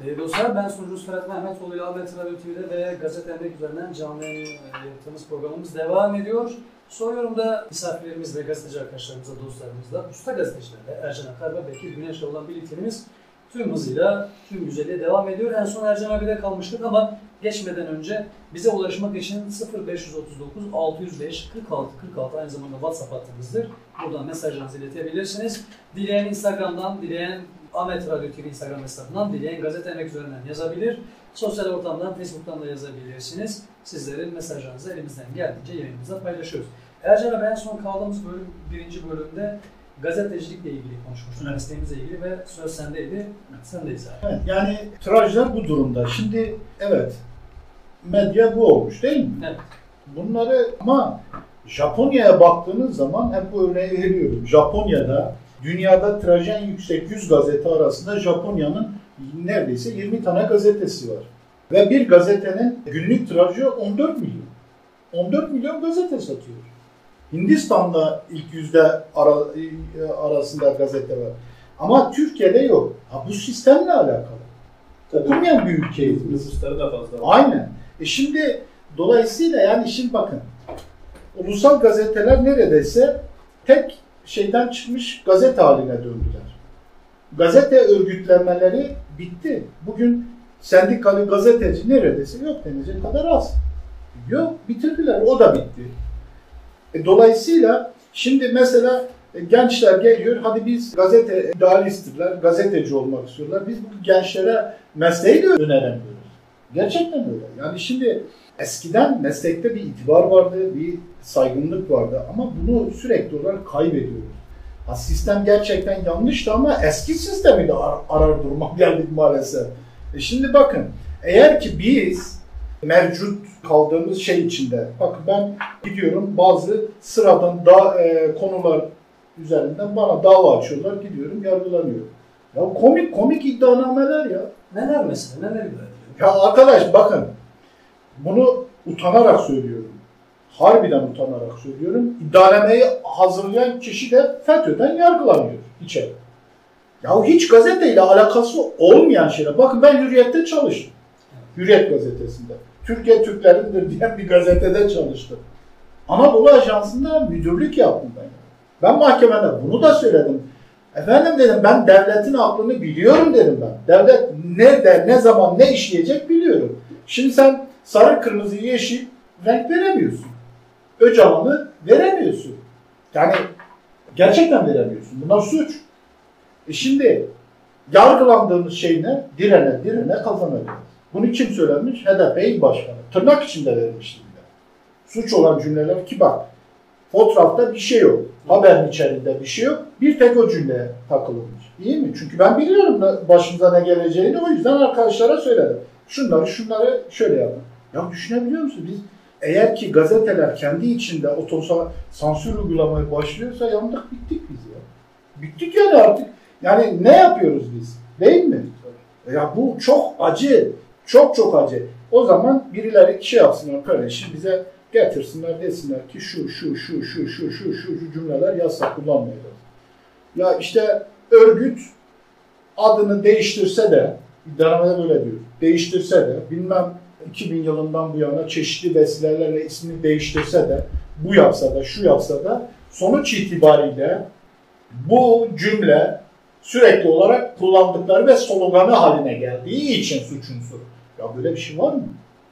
Dostlar, ben sunucunuz Ferhat Mehmetoğlu ile Ahmet Radyo TV'de ve Gazete Emek üzerinden canlı yayın yaptığımız programımız devam ediyor. Son yorumda misafirlerimiz ve gazeteci arkadaşlarımızla, dostlarımızla, usta gazetecilerle Ercan Akar ve Bekir Güneş'le olan birlikteliğimiz tüm hızıyla, tüm güzelliğe devam ediyor. En son Ercan abi'de kalmıştık ama geçmeden önce bize ulaşmak için 0539 605 46 46 aynı zamanda WhatsApp hattımızdır. Buradan mesajlarınızı iletebilirsiniz. Dileyen Instagram'dan, dileyen Ahmet Radyo TV Instagram hesabından, dileyen Gazete Emek üzerinden yazabilir. Sosyal ortamdan, Facebook'tan da yazabilirsiniz. Sizlerin mesajlarınızı elimizden geldiğince yayınımızda paylaşıyoruz. Ercan abi, en son kaldığımız bölüm, birinci bölümde gazetecilikle ilgili konuşmuştuk, mesleğimizle ilgili ve söz sendeydi. Sendeyiz abi. Evet, yani tirajlar bu durumda. Şimdi evet, medya bu olmuş değil mi? Evet. Bunları ama Japonya'ya baktığınız zaman hep bu örneği veriyorum. Japonya'da dünyada tirajı en yüksek 100 gazete arasında Japonya'nın neredeyse 20 tane gazetesi var. Ve bir gazetenin günlük tirajı 14 milyon. 14 milyon gazete satıyor. Hindistan'da ilk yüzde arasında gazete var. Ama Türkiye'de yok. Ha, bu sistemle alakalı. Okumayan bir ülkeyiz. Nüfusları da fazla var. Aynen. Şimdi dolayısıyla yani şimdi bakın. Ulusal gazeteler neredeyse tek şeyden çıkmış gazete haline döndüler. Gazete örgütlenmeleri bitti. Bugün sendikalı gazeteci neredeyse yok denecek kadar az. Yok, bitirdiler. O da bitti. Dolayısıyla şimdi mesela gençler geliyor, hadi biz gazete idealistler, gazeteci olmak istiyorlar. Biz bu gençlere mesleği de öneremiyoruz. Gerçekten öyle. Yani şimdi eskiden meslekte bir itibar vardı, bir saygınlık vardı ama bunu sürekli olarak kaybediyoruz. Ha, sistem gerçekten yanlıştı ama eski sistemi de arar durmak geldik maalesef. Şimdi bakın, eğer ki biz mevcut kaldığımız şey içinde, bakın ben gidiyorum bazı sıradan konular üzerinden bana dava açıyorlar, gidiyorum yargılanıyorum. Ya komik iddianameler ya. Neler mesela? Neler böyle? Ya arkadaş bakın, bunu utanarak söylüyorum. Harbiden utanarak söylüyorum. İddianameyi hazırlayan kişi de FETÖ'den yargılanıyor içeri. Ya hiç gazeteyle alakası olmayan şeyler. Bakın ben Hürriyet'te çalıştım. Hürriyet gazetesinde. Türkiye Türklerindir diyen bir gazetede çalıştım. Anadolu Ajansı'nda müdürlük yaptım ben. Ben mahkemede bunu da söyledim. Efendim dedim, ben devletin aklını biliyorum dedim ben. Devlet nerede, ne zaman, ne işleyecek biliyorum. Şimdi sen sarı, kırmızı, yeşil renk veremiyorsun. Öcalan'ı veremiyorsun. Yani gerçekten veremiyorsun. Bunlar suç. Şimdi yargılandığımız şey ne? Direne kazanacağız. Bunu kim söylemiş? HDP İl Başkanı. Tırnak içinde vermiştim ben. Suç olan cümleler ki bak, fotoğrafta bir şey yok. Haberin içerisinde bir şey yok. Bir tek o cümleye takılmış. İyi mi? Çünkü ben biliyorum başımıza ne geleceğini, o yüzden arkadaşlara söyledim. Şunları şöyle yapın. Ya düşünebiliyor musun? Biz eğer ki gazeteler kendi içinde sansür uygulamaya başlıyorsa yandık, bittik biz ya. Bittik yani artık. Yani ne yapıyoruz biz? Değil mi? Ya bu çok acı. Çok acı. O zaman birileri şey yapsınlar kardeşim, bize getirsinler, desinler ki şu cümleler yasak, kullanmayacağız. Ya işte örgüt adını değiştirse de, iddianamada böyle diyor, değiştirse de, bilmem 2000 yılından bu yana çeşitli vesilelerle ismini değiştirse de, bu yapsa da, şu yapsa da, sonuç itibariyle bu cümle sürekli olarak kullandıkları ve sloganı haline geldiği için suç unsuru. Ya böyle bir şey var mı?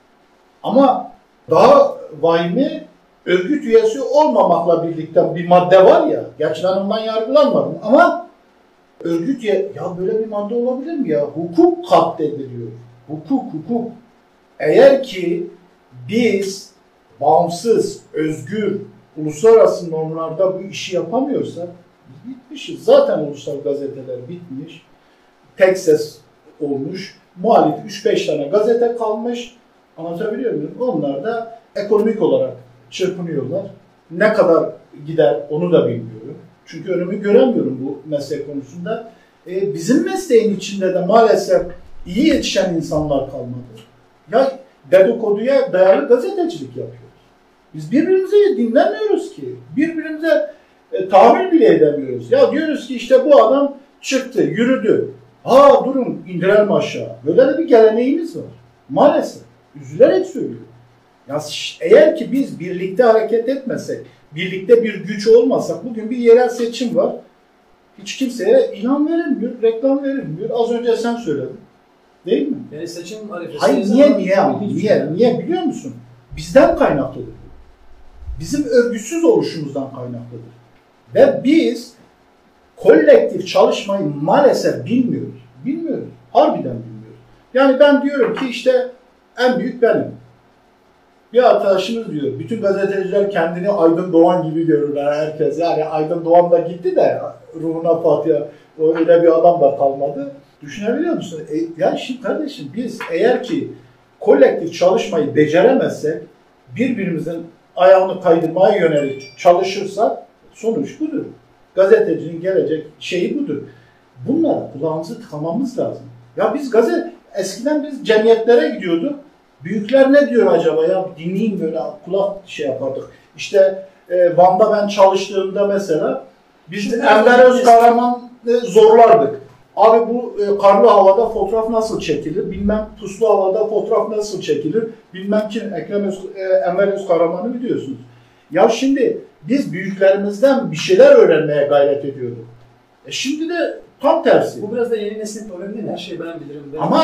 Ama daha vahimi, örgüt üyesi olmamakla birlikte bir madde var ya, gerçi ben ondan yargılanmadım ama örgüt ya böyle bir madde olabilir mi ya? Hukuk katlediliyor. Hukuk. Eğer ki biz bağımsız, özgür, uluslararası normlarda bu işi yapamıyorsak biz bitmişiz. Zaten ulusal gazeteler bitmiş. Tek ses olmuş. Muhalif 3-5 tane gazete kalmış. Anlatabiliyor muyum? Onlar da ekonomik olarak çırpınıyorlar. Ne kadar gider onu da bilmiyorum. Çünkü önümü göremiyorum bu meslek konusunda. Bizim mesleğin içinde de maalesef iyi yetişen insanlar kalmadı. Ya dedikoduya dayalı gazetecilik yapıyoruz. Biz birbirimizi dinlemiyoruz ki. Birbirimize tahammül bile edemiyoruz. Ya diyoruz ki işte bu adam çıktı, yürüdü. Durun indirelim aşağı. Böyle de bir geleneğimiz var. Maalesef. Üzülerek söylüyorum. Ya eğer ki biz birlikte hareket etmesek, birlikte bir güç olmasak, bugün bir yerel seçim var. Hiç kimseye ilan verilmiyor, reklam verilmiyor. Az önce sen söyledin. Değil mi? Yani seçim arifesi. Hayır niye biliyor musun? Bizden kaynaklıdır. Bizim örgütsüz oluşumuzdan kaynaklıdır. Ve biz kolektif çalışmayı maalesef bilmiyoruz. Bilmiyoruz. Harbiden bilmiyoruz. Yani ben diyorum ki işte en büyük benim. Bir arkadaşımız diyor, bütün gazeteciler kendini Aydın Doğan gibi görürler herkes. Yani Aydın Doğan da gitti de ruhuna Fatiha, öyle bir adam da kalmadı. Düşünebiliyor musun? Yani şimdi kardeşim biz eğer ki kolektif çalışmayı beceremezsek, birbirimizin ayağını kaydırmaya yönelik çalışırsak sonuç budur. Gazetecinin gelecek şeyi budur. Bunlara kulağımızı tıkamamız lazım. Ya biz eskiden biz cemiyetlere gidiyorduk. Büyükler ne diyor acaba ya dinleyeyim böyle kulak şey yapardık. İşte Van'da ben çalıştığımda mesela biz Enver Özkahraman'ı zorlardık. Abi bu karlı havada fotoğraf nasıl çekilir? Bilmem puslu havada fotoğraf nasıl çekilir? Bilmem kim Enver Özkahraman'ı biliyorsunuz. Ya şimdi biz büyüklerimizden bir şeyler öğrenmeye gayret ediyorduk. Şimdi de tam tersi. Bu biraz da yeni neslin problemi değil mi? Her şeyi ben bilirim. Ama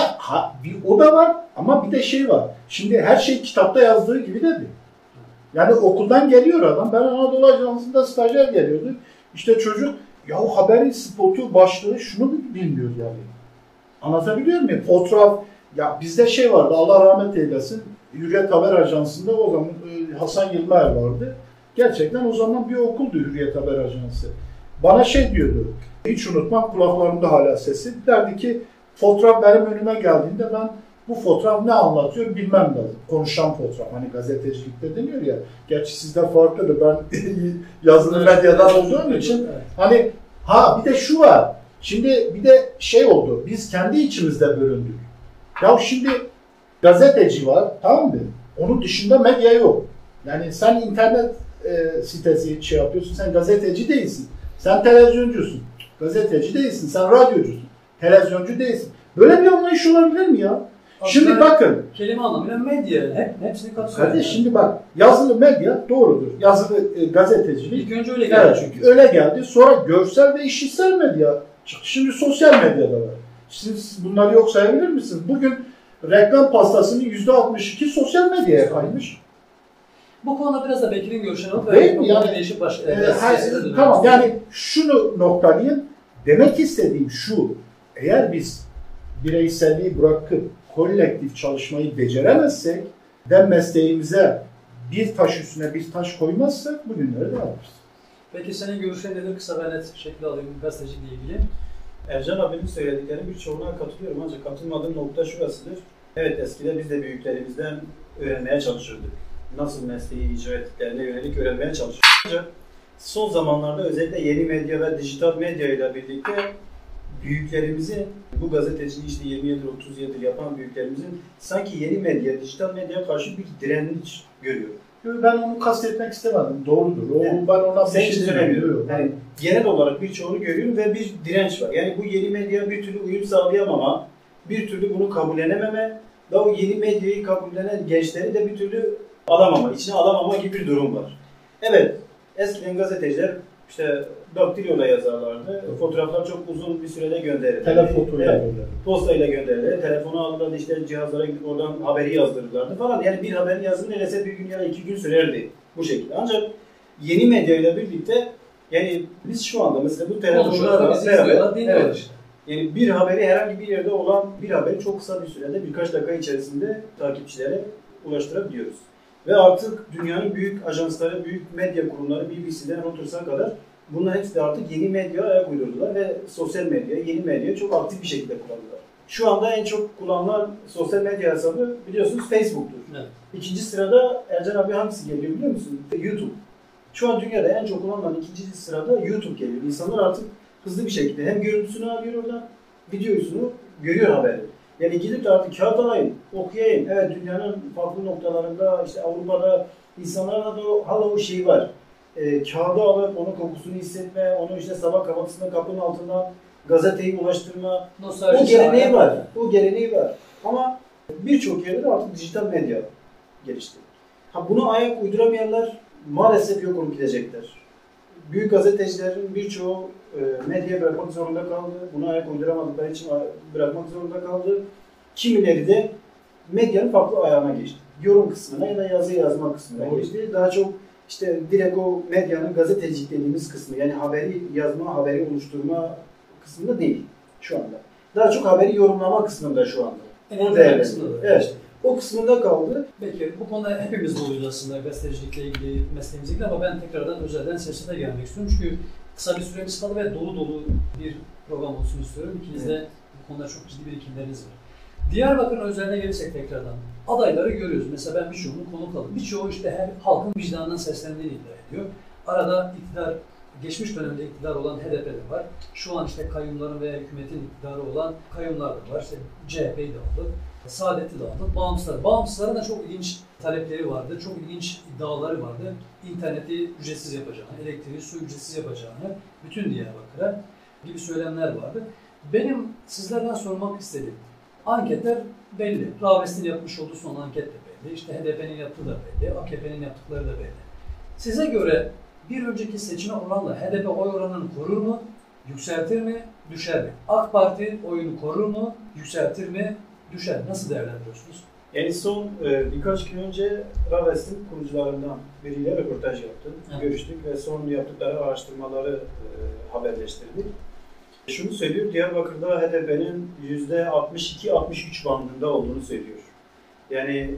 o da var ama bir de şey var. Şimdi her şey kitapta yazdığı gibi de değil. Yani okuldan geliyor adam. Ben Anadolu Ajansı'nda stajyer geliyordu. İşte çocuk ya o haberin spotu başlığı şunu bilmiyor yani. Anlatabiliyor muyum? Fotoğraf ya bizde şey vardı Allah rahmet eylesin. Hürriyet Haber Ajansı'nda o zaman Hasan Yılmaz vardı. Gerçekten o zaman bir okuldu Hürriyet Haber Ajansı. Bana şey diyordu. Hiç unutmam kulaklarımda hala sesi. Derdi ki fotoğraf benim önüme geldiğinde ben bu fotoğraf ne anlatıyor bilmem lazım. Konuşan fotoğraf. Hani gazetecilikte deniyor ya. Gerçi sizde farklıdır. Ben yazılı medyadan olduğum için hani bir de şu var. Şimdi bir de şey oldu. Biz kendi içimizde bölündük. Ya şimdi gazeteci var tamam mı? Onun dışında medya yok. Yani sen internet sitesi şey yapıyorsun. Sen gazeteci değilsin. Sen televizyoncusun. Gazeteci değilsin. Sen radyocusun. Televizyoncu değilsin. Böyle bir anlayış olabilir mi ya? Aslında şimdi bakın. Kelime anlamıyla medya. Hepsini kapsıyor. Kardeş şimdi bak. Yazılı medya doğrudur. Yazılı gazetecilik. İlk önce öyle geldi çünkü. Öyle geldi. Sonra görsel ve işitsel medya çıktı. Şimdi sosyal medyada var. Siz bunları yok sayabilir misiniz? Bugün reklam pastasının %62 sosyal medyaya kaymış. Bu konuda biraz da Bekir'in görüşünü alıp değil mi? Yani, değişip tamam yani şunu noktalayayım. Demek istediğim şu. Eğer biz bireyselliği bırakıp kolektif çalışmayı beceremezsek ve mesleğimize bir taş üstüne bir taş koymazsak bugünleri de alırız. Peki senin görüşün nedir? Kısa ve net şekilde alayım gazetecilikle ilgili. Ercan abinin söylediklerinin birçoğuna katılıyorum ancak katılmadığım nokta şurasıdır. Evet eskiden biz de büyüklerimizden öğrenmeye çalışırdık. Nasıl mesleği icra ettiklerine yönelik öğrenmeye çalışırdık. Ancak son zamanlarda özellikle yeni medya ve dijital medya ile birlikte büyüklerimizin, bu gazeteciliği işte 20 yıldır 30 yıldır yapan büyüklerimizin sanki yeni medya, dijital medyaya karşı bir direniş görüyorum. Ben onu kastetmek istemedim. Doğrudur. Ben ona bir şey söylemiyorum. Yani genel olarak birçoğunu görüyorum ve bir direnç var. Yani bu yeni medya bir türlü uyum sağlayamama, bir türlü bunu kabullenememe ve o yeni medyayı kabullenen gençleri de bir türlü alamama, içine alamama gibi bir durum var. Evet, eskiden gazeteciler işte daktiloyla yazarlardı. Fotoğraflar çok uzun bir sürede gönderirdi. Telefotoyla postayla gönderirdi. Telefonu alırlardı işte cihazlara gidip oradan haberi yazdırırlardı falan. Yani bir haberin yazımı neredeyse bir gün ya da 2 gün sürerdi bu şekilde. Ancak yeni medyayla birlikte yani biz şu anda mesela bu telefonlarla beraber yani bir haberi herhangi bir yerde olan bir haberi çok kısa bir sürede birkaç dakika içerisinde takipçilere ulaştırabiliyoruz. Ve artık dünyanın büyük ajansları, büyük medya kurumları BBC'den Reuters'a kadar bunların hepsi de artık yeni medyaya ayak uydurdular ve sosyal medya, yeni medyayı çok aktif bir şekilde kullanıyorlar. Şu anda en çok kullanılan sosyal medya hesabı biliyorsunuz Facebook'tur. Evet. İkinci sırada Ercan abi hangisi geliyor biliyor musun? YouTube. Şu an dünyada en çok kullanılan ikinci sırada YouTube geliyor. İnsanlar artık hızlı bir şekilde hem görüntüsünü alıyor oradan, videosunu görüyor haberi. Yani gidip de artık kağıt alayım, okuyayım. Evet dünyanın farklı noktalarında, işte Avrupa'da insanlarda da hala o şey var. Kağıdı alıp onun kokusunu hissetme, onu işte sabah kahvaltısında kapının altından gazeteyi ulaştırma, Nostalji o geleneği şahane. var. O geleneği var. Ama birçok yerde de artık dijital medya gelişti. Buna ayak uyduramayanlar maalesef yok olup gidecekler. Büyük gazetecilerin birçoğu medyaya bırakmak zorunda kaldı. Buna ayak uyduramadıkları için bırakmak zorunda kaldı. Kimileri de medyanın farklı ayağına geçti. Yorum kısmına ya da yazı yazma kısmına geçti. Daha çok işte direkt o medyanın gazetecilik dediğimiz kısmı, yani haberi yazma, haberi oluşturma kısmında değil şu anda. Daha çok haberi yorumlama kısmında şu anda. En kısmında. Evet. O kısmında kaldı. Peki bu konuda hepimiz doluyuz aslında gazetecilikle ilgili, mesleğimizle ilgili, ama ben tekrardan özelden siyasete gelmek istiyorum. Çünkü kısa bir süremiz kaldı ve dolu dolu bir program olsun istiyorum. İkiniz de bu konuda çok ciddi birikimleriniz var. Diyarbakır'ın özeline gelirsek tekrardan adayları görüyoruz. Mesela ben birçoğunu konuk aldım. Birçoğu işte her halkın vicdanından seslendiğini iddia ediyor. Arada iktidar, geçmiş dönemde iktidar olan HDP de var. Şu an işte kayyumların veya hükümetin iktidarı olan kayyumlar da var. İşte CHP'yi de aldık. Saadet'i de aldık. Bağımsızların da çok ilginç talepleri vardı. Çok ilginç iddiaları vardı. İnterneti ücretsiz yapacağını, elektriği, su ücretsiz yapacağını, bütün Diyarbakır'a gibi söylemler vardı. Benim sizlerden sormak istediğim, anketler belli. Raves'in yapmış olduğu son anket de belli. İşte HDP'nin yaptığı da belli. AKP'nin yaptıkları da belli. Size göre bir önceki seçime oranla HDP oy oranını korur mu, yükseltir mi, düşer mi? AK Parti oyunu korur mu, yükseltir mi, düşer mi? Nasıl değerlendiriyorsunuz? Yani son birkaç gün önce Raves'in kurucularından biriyle röportaj yaptım. Evet. Görüştük ve son yaptıkları araştırmaları haberleştirdik. Şunu söylüyor, Diyarbakır'da HDP'nin %62-63 bandında olduğunu söylüyor. Yani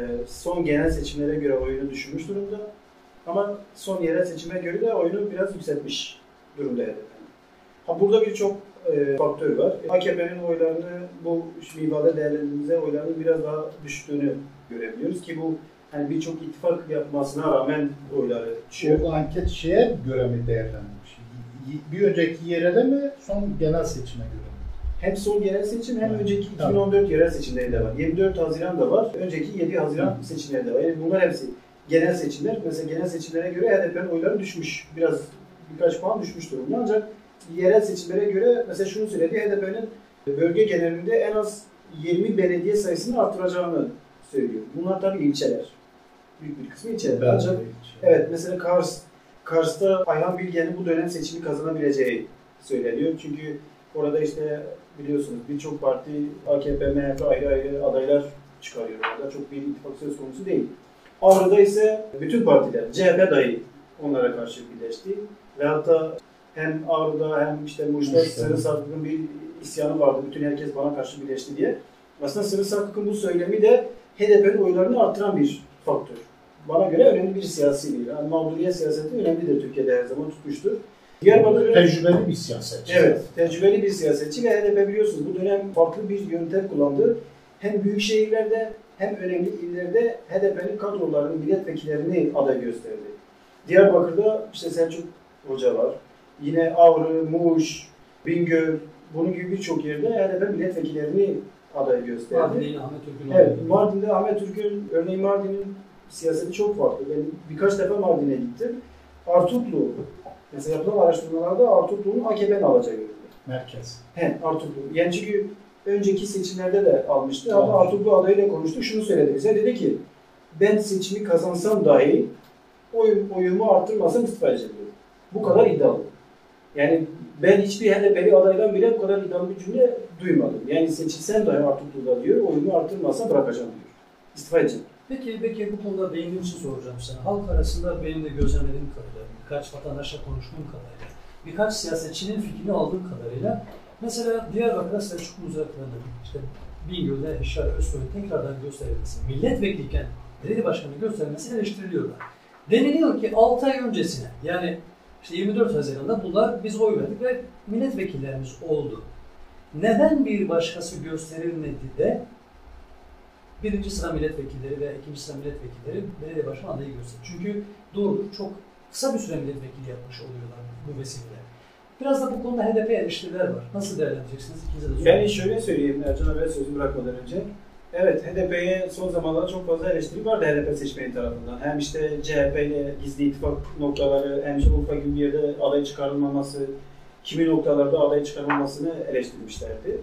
son genel seçimlere göre oyunu düşürmüş durumda. Ama son yerel seçime göre de oyunu biraz yükseltmiş durumda HDP'nin. Burada birçok faktör var. AKP'nin oylarını, bu mivade değerlendirdiğimizde oylarının biraz daha düştüğünü görebiliyoruz ki bu hani birçok ittifak yapmasına rağmen oyları düşüyor. O anket şeye göre mi değerlendirmiş? Bir önceki yerele mi, son genel seçime göre mi? Hem son yerel seçim hem önceki 2014 yerel seçimleri de var. 24 Haziran da var. Önceki 7 Haziran seçimleri de var. Yani bunlar hepsi genel seçimler. Mesela genel seçimlere göre HDP'nin oyları düşmüş. Birkaç puan düşmüş durumda. Ancak yerel seçimlere göre mesela şunu söyledi. HDP'nin bölge genelinde en az 20 belediye sayısını artıracağını söylüyor. Bunlar tabii ilçeler. Büyük bir kısmı ilçeler. Ancak evet, mesela Kars'ta Ayhan Bilge'nin bu dönem seçimi kazanabileceği söyleniyor. Çünkü orada işte biliyorsunuz birçok parti, AKP, MHP ayrı adaylar çıkarıyor orada. Çok bir ittifak söz konusu değil. Ağrı'da ise bütün partiler, CHP dahi onlara karşı birleşti. Ve hatta hem Ağrı'da hem işte Muş'ta Sırrı Sarkık'ın bir isyanı vardı. Bütün herkes bana karşı birleşti diye. Aslında Sırrı Sarkık'ın bu söylemi de HDP'nin oylarını artıran bir faktör. Bana göre önemli bir siyasi bir. Yani mağduriyet siyaseti önemlidir, Türkiye'de her zaman tutmuştur. Tecrübeli bir siyasetçi. Evet, tecrübeli bir siyasetçi ve HDP biliyorsunuz bu dönem farklı bir yöntem kullandı. Hem büyük şehirlerde hem önemli illerde HDP'nin kadrolarını, milletvekillerini aday gösterdi. Diyarbakır'da işte Selçuk Hoca var. Yine Ağrı, Muş, Bingöl, bunun gibi birçok yerde HDP milletvekillerini aday gösterdi. Mardin'de Ahmet Türk'ün evet, Mardin'de Ahmet Türk'ün, örneğin Mardin'in siyaseti çok farklı. Ben birkaç defa Mardin'e gittim. Artuklu, mesela yapılan araştırmalarda Artuklu'nun AKP'nin alacağı görüldü. Merkez. Artuklu. Yani çünkü önceki seçimlerde de almıştı. Tamam. Ama Artuklu adayıyla konuştuk. Şunu söyledi bize. Dedi ki ben seçimi kazansam dahi oyumu arttırmasam istifa edeceğim diyor. Bu kadar iddialı. Yani ben hiçbir HDP'li adaydan bile bu kadar iddialı bir cümle duymadım. Yani seçilsem dahi Artuklu'da diyor, oyumu arttırmasam bırakacağım diyor. İstifa edeceğim. Peki bu konuda beğendiğim için soracağım sana. Halk arasında benim de gözlemlediğim kadarıyla, birkaç vatandaşla konuştuğum kadarıyla, birkaç siyasetçinin fikrini aldığım kadarıyla, mesela Diyarbakır'da Selçuk Muzaffer'in, işte Bingöl'de Eşar Özsoy'un tekrardan gösterilmesi, milletvekiliyken belediye başkanı gösterilmesi eleştiriliyorlar. Deniliyor ki 6 ay öncesine, yani işte 24 Haziran'da bunlar biz oy verdik ve milletvekillerimiz oldu. Neden bir başkası gösterilmedi de birinci sıra milletvekilleri ve ikinci sıra milletvekilleri belediye başkanı adayı gösterir? Çünkü doğrudur, çok kısa bir süre milletvekili yapmış oluyorlar bu vesileyle. Biraz da bu konuda HDP eleştiriler var. Nasıl değerlendireceksiniz? İkinize de sorayım. Yani şöyle söyleyeyim Ercan abiye sözümü bırakmadan önce. Evet, HDP'ye son zamanlarda çok fazla eleştiri vardı HDP seçmeni tarafından. Hem işte CHP ile gizli ittifak noktaları, hem işte Urfa gibi bir yerde aday çıkarılmaması, kimi noktalarda aday çıkarılmasını eleştirmişlerdi.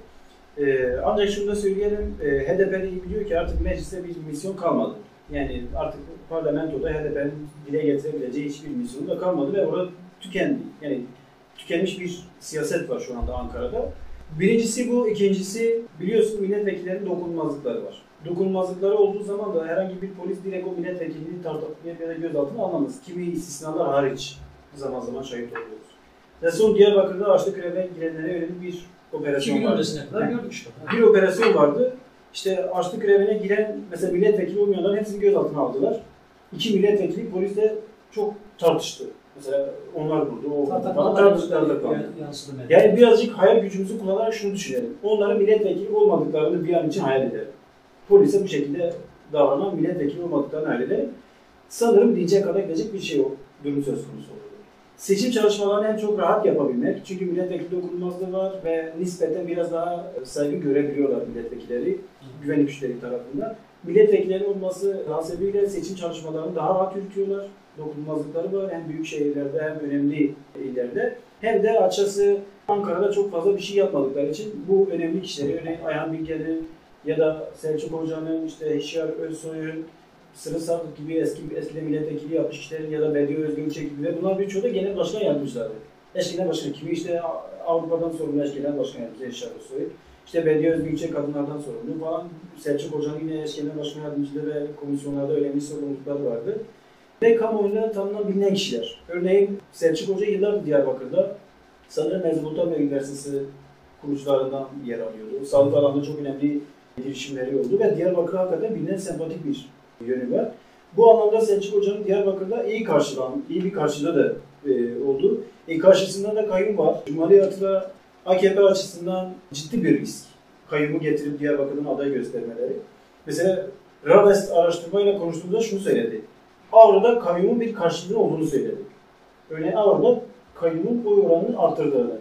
Ancak şunu da söyleyelim, HDP'de iyi biliyor ki artık mecliste bir misyon kalmadı. Yani artık parlamentoda HDP'nin dile getirebileceği hiçbir misyonu da kalmadı ve orada tükendi. Yani tükenmiş bir siyaset var şu anda Ankara'da. Birincisi bu, ikincisi biliyorsun milletvekillerinin dokunulmazlıkları var. Dokunulmazlıkları olduğu zaman da herhangi bir polis direkt o milletvekilini tartaklayıp ya da gözaltına almamız. Kimi istisnalar hariç zaman zaman şahit oluyoruz. Ve son Diyarbakır'da açlık grevine girenlere yönelik bir operasyon 2 gün vardı. öncesine kadar gördük işte. Bir operasyon vardı. İşte açlık grevine giren mesela milletvekili olmayanların hepsini gözaltına aldılar. 2 milletvekili polisle çok tartıştı. Mesela onlar vurdu, o tartıştılar. Yani birazcık hayal gücümüzü kullanarak şunu düşünelim. Onların milletvekili olmadıklarını bir an için hayal edelim. Polise bu şekilde davranan milletvekili olmadıklarını hayal edelim. Sanırım diyeceğe kadar gidecek bir şey o durum söz konusu olur. Seçim çalışmalarını en çok rahat yapabilmek. Çünkü milletvekili dokunulmazlığı var ve nispeten biraz daha saygı görebiliyorlar milletvekilleri, güvenlik güçleri tarafından. Milletvekilleri olması hasebiyle seçim çalışmalarını daha rahat yürütüyorlar. Dokunulmazlıkları var hem büyük şehirlerde hem önemli illerde. Hem de açıkçası Ankara'da çok fazla bir şey yapmadıkları için bu önemli kişileri, örneğin Ayhan Bilge'nin ya da Selçuk Hoca'nın, işte Hişyar Özsoy'un, Sırrı Sarık gibi eskiden milletvekili yapmış kişilerin ya da Bediye Özgürçek gibi bunlar birçoğu da genel başkan yardımcıları. Eş genel başkan kimi işte Avrupa'dan sorumlu eş genel başkan yardımcısı Hişyar Özsoy. İşte Bediye Özgürçek kadınlardan sorumlu falan. Selçuk Hoca'nın yine eş genel başkan yardımcılığı ve komisyonlarda önemli sorumlulukları vardı. Ve kamuoyunda tanınan bilinen kişiler. Örneğin Selçuk Hoca yıllardır Diyarbakır'da sanırım Mezopotamya Üniversitesi kurucularından yer alıyordu. Sağlık alanında çok önemli girişimleri oldu ve Diyarbakır hakikaten bilinen sempatik bir yönü var. Bu anlamda Selçuk Hoca'nın Diyarbakır'da iyi bir karşılığı da oldu. Karşısında da kayyum var. Cumhuriyet'e AKP açısından ciddi bir risk. Kayyumu getirip Diyarbakır'ın aday göstermeleri. Mesela Rabest araştırmayla konuştuğumuzda şunu söyledi. Avrupa'da kayyumun bir karşılığı olduğunu söyledi. Örneğin Avrupa'da kayyumun oy oranını artırdığını.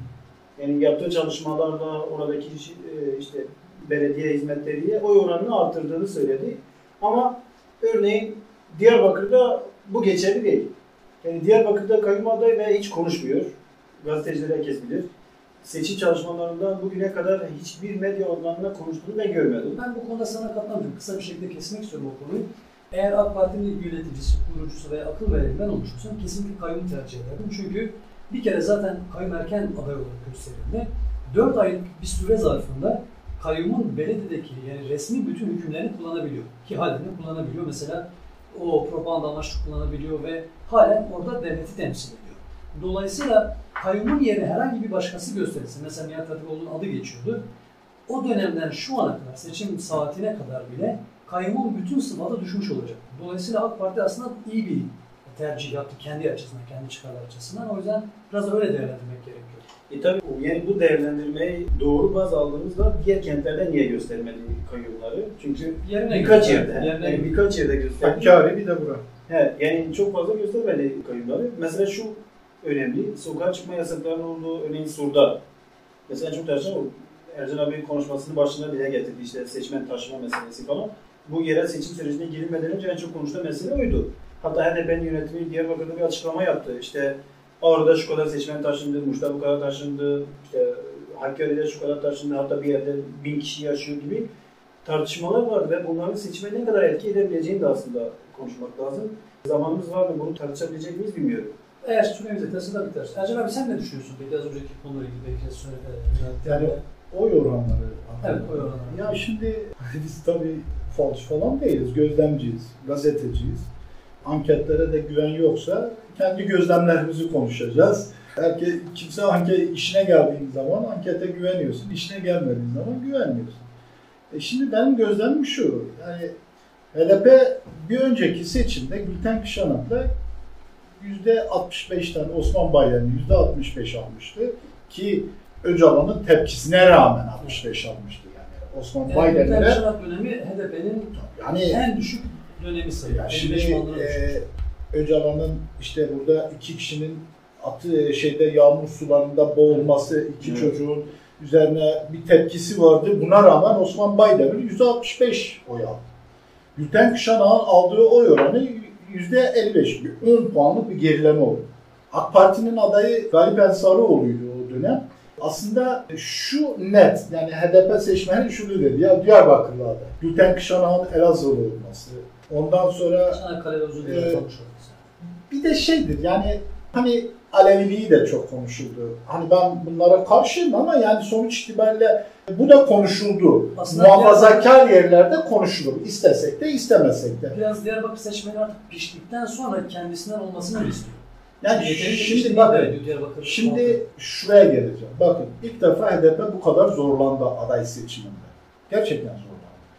Yani yaptığı çalışmalarla oradaki işte belediye hizmetleriyle oy oranını artırdığını söyledi. Ama örneğin Diyarbakır'da bu geçerli değil. Yani Diyarbakır'da kayyum adayı ve hiç konuşmuyor. Gazeteciler herkes bilir. Seçim çalışmalarında bugüne kadar hiçbir medya organında konuştuğunu ben görmedim. Ben bu konuda sana katılmıyorum. Kısa bir şekilde kesmek istiyorum o konuyu. Eğer AK Parti'nin yöneticisi, kurucusu veya akıl vereni ben oluştursam kesinlikle kayyum tercih ederdim. Çünkü bir kere zaten kayyum erken aday olarak gösterildi. 4 aylık bir süre zarfında kayyumun belediyedeki yani resmi bütün hükümlerini kullanabiliyor. Ki halen de kullanabiliyor. Mesela o propaganda amaçlı kullanabiliyor ve halen orada devleti temsil ediyor. Dolayısıyla kayyumun yerine herhangi bir başkası gösterilse, mesela Nihat Hatipoğlu'nun adı geçiyordu. O dönemden şu ana kadar, seçim saatine kadar bile kayyumun bütün sıfatı düşmüş olacak. Dolayısıyla AK Parti aslında iyi bir tercih yaptı kendi açısından, kendi çıkarları açısından. O yüzden biraz öyle değerlendirmek gerekiyor. Tabii yani bu değerlendirmeyi doğru baz aldığımızda diğer kentlerde niye göstermedi kayyumları? Çünkü birkaç yerde gösterdi. Hakkari bir de bura. Yani çok fazla göstermedi kayyumları. Mesela şu önemli, sokağa çıkma yasaklarının olduğu örneğin Sur'da. Mesela çok tartışma Ercan abi konuşmasının başında dile getirdi işte seçmen taşıma meselesi falan. Bu yerel seçim sürecine girilmeden önce en çok konuştuğu mesele oydu. Hatta HDP'nin yönetimi Diyarbakır'da bir açıklama yaptı. İşte orada şu kadar seçmen taşındı, Muş'ta bu kadar taşındı, işte Hakkari'de şu kadar taşındı, hatta bir yerde 1000 kişi yaşıyor gibi tartışmalar vardı ve bunların seçime ne kadar etki edebileceğini de aslında konuşmak lazım. Zamanımız var mı bunu tartışabilecek miyiz bilmiyorum. Eğer süremiz yeterse de biter. Ercan abi sen ne düşünüyorsun peki az önceki konularla ilgili belki Yani oy oranları. Evet, oy oranları. Ya şimdi biz tabii falç falan değiliz, gözlemciyiz, gazeteciyiz. Anketlere de güven yoksa kendi gözlemlerimizi konuşacağız. Kimse işine geldiğin zaman ankete güveniyorsun, işine gelmediğin zaman güvenmiyorsun. Şimdi benim gözlemim şu, yani HDP bir önceki seçimde Gülten Kışanak'la %65'ten Osman Bayram'ın %65 almıştı ki Öcalan'ın tepkisine rağmen 65 almıştı yani. Osman Bayram'ın dönemi HDP'nin yani en düşük dönemi sayılır. Yani şimdi Öcalan'ın işte burada 2 kişinin yağmur sularında boğulması, 2 çocuğun üzerine bir tepkisi vardı. Buna rağmen Osman Baydemir %65 oy aldı. Gülten Kışanak'ın aldığı oy oranı %55. 10 puanlık bir gerileme oldu. AK Parti'nin adayı Galip Ensarioğlu'ydu dönem. Aslında şu net, yani HDP seçmeni şunu dedi ya, Diyarbakırlı'da Gülten Kışanak'ın Elazığlı olması. Ondan sonra Çanakkale'de uzun bir konuşuyoruz. bir de şeydir yani hani Aleviliği de çok konuşuldu. Hani ben bunlara karşıyım ama yani sonuç itibariyle bu da konuşuldu. Aslında muhafazakar yerlerde konuşulur. İstesek de istemesek de. Biraz Diyarbakır seçmeni artık piştikten sonra kendisinden olmasını istiyor. Yani Yeterince şimdi pişti bakın, değil Diyarbakır. şimdi şuraya geleceğim. Bakın ilk defa HDP bu kadar zorlandı aday seçiminde. Gerçekten zorlandı.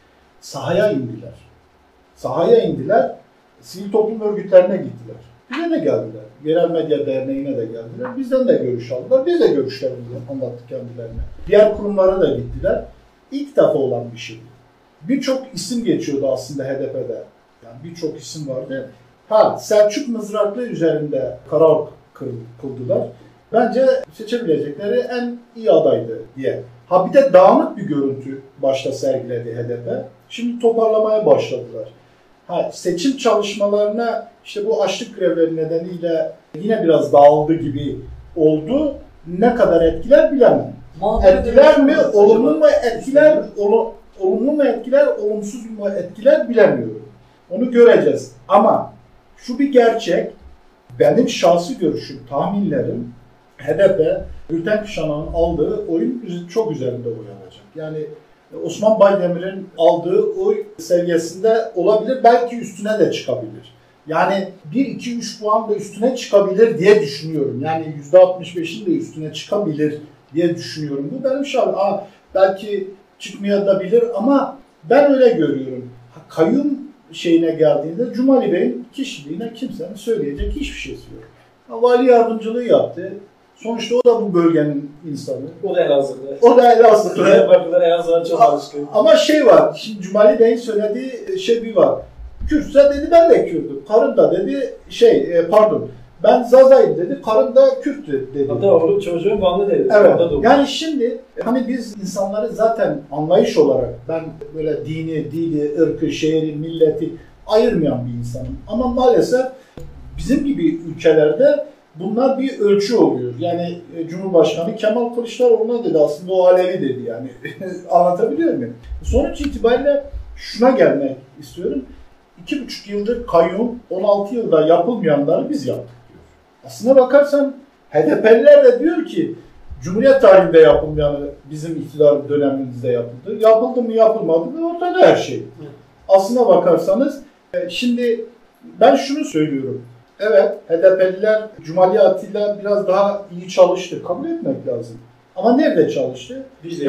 Sahaya indiler. Sahaya indiler. Sivil toplum örgütlerine gittiler. Bize de geldiler. Yerel Medya Derneği'ne de geldiler. Bizden de görüş aldılar. Biz de görüşlerimizi anlattık kendilerine. Diğer kurumlara da gittiler. İlk defa olan bir şey. Birçok isim geçiyordu aslında HDP'de. Yani birçok isim vardı. Selçuk mızraklı üzerinde karar kıldılar. Bence seçebilecekleri en iyi adaydı diye. Bir de dağınık bir görüntü başta sergiledi HDP. Şimdi toparlamaya başladılar. Seçim çalışmalarına işte bu açlık grevleri nedeniyle yine biraz dağıldı gibi oldu. Ne kadar etkiler bilemem. Etkiler mi, olumlu mu etkiler, olumlu mu etkiler, olumsuz mu etkiler bilemiyorum. Onu göreceğiz. Ama şu bir gerçek, benim şahsi görüşüm, tahminlerim, HDP, Gülten Kışanak'ın aldığı oyun çok üzerinde oy alacak. Yani Osman Baydemir'in aldığı oy seviyesinde olabilir, belki üstüne de çıkabilir. Yani 1-2-3 puan da üstüne çıkabilir diye düşünüyorum. Yani %65'in de üstüne çıkabilir diye düşünüyorum. Bu benim şahsım. Belki çıkmayabilir ama ben öyle görüyorum. Kayyum şeyine geldiğinde Cumali Bey'in kişiliğine kimsenin söyleyecek hiçbir şeysi yok. Vali yardımcılığı yaptı. Sonuçta o da bu bölgenin insanı. O da Elazığlı. O da Elazığlı. Diyarbakırlılar Elazığ'a çok alışkın. Ama şey var, şimdi Cumali Bey'in söylediği şey bir var. Kürtse dedi ben de Kürt'üm. Karım da dedi ben Zaza'yım dedi. Karım da Kürt dedi. Hatta oğlum çocuğun bağlı dedi. Evet. Yani şimdi hani biz insanları zaten anlayış olarak ben böyle dini, dili, ırkı, şehri, milleti ayırmayan bir insanım. Ama maalesef bizim gibi ülkelerde bunlar bir ölçü oluyor. Yani Cumhurbaşkanı Kemal Kılıçdaroğlu'na dedi aslında o Alevi dedi yani. Anlatabiliyor muyum? Sonuç itibariyle şuna gelmek istiyorum. 2,5 yıldır kayyum, 16 yılda yapılmayanları biz yaptık diyor. Aslına bakarsan HDP'liler de diyor ki Cumhuriyet tarihinde yapılmayanı bizim iktidar dönemimizde yapıldı. Yapıldı mı yapılmadı mı ortada her şey. Aslına bakarsanız şimdi ben şunu söylüyorum. Evet, HDP'liler Cumali Atilla biraz daha iyi çalıştı. Kabul etmek lazım. Ama nerede çalıştı?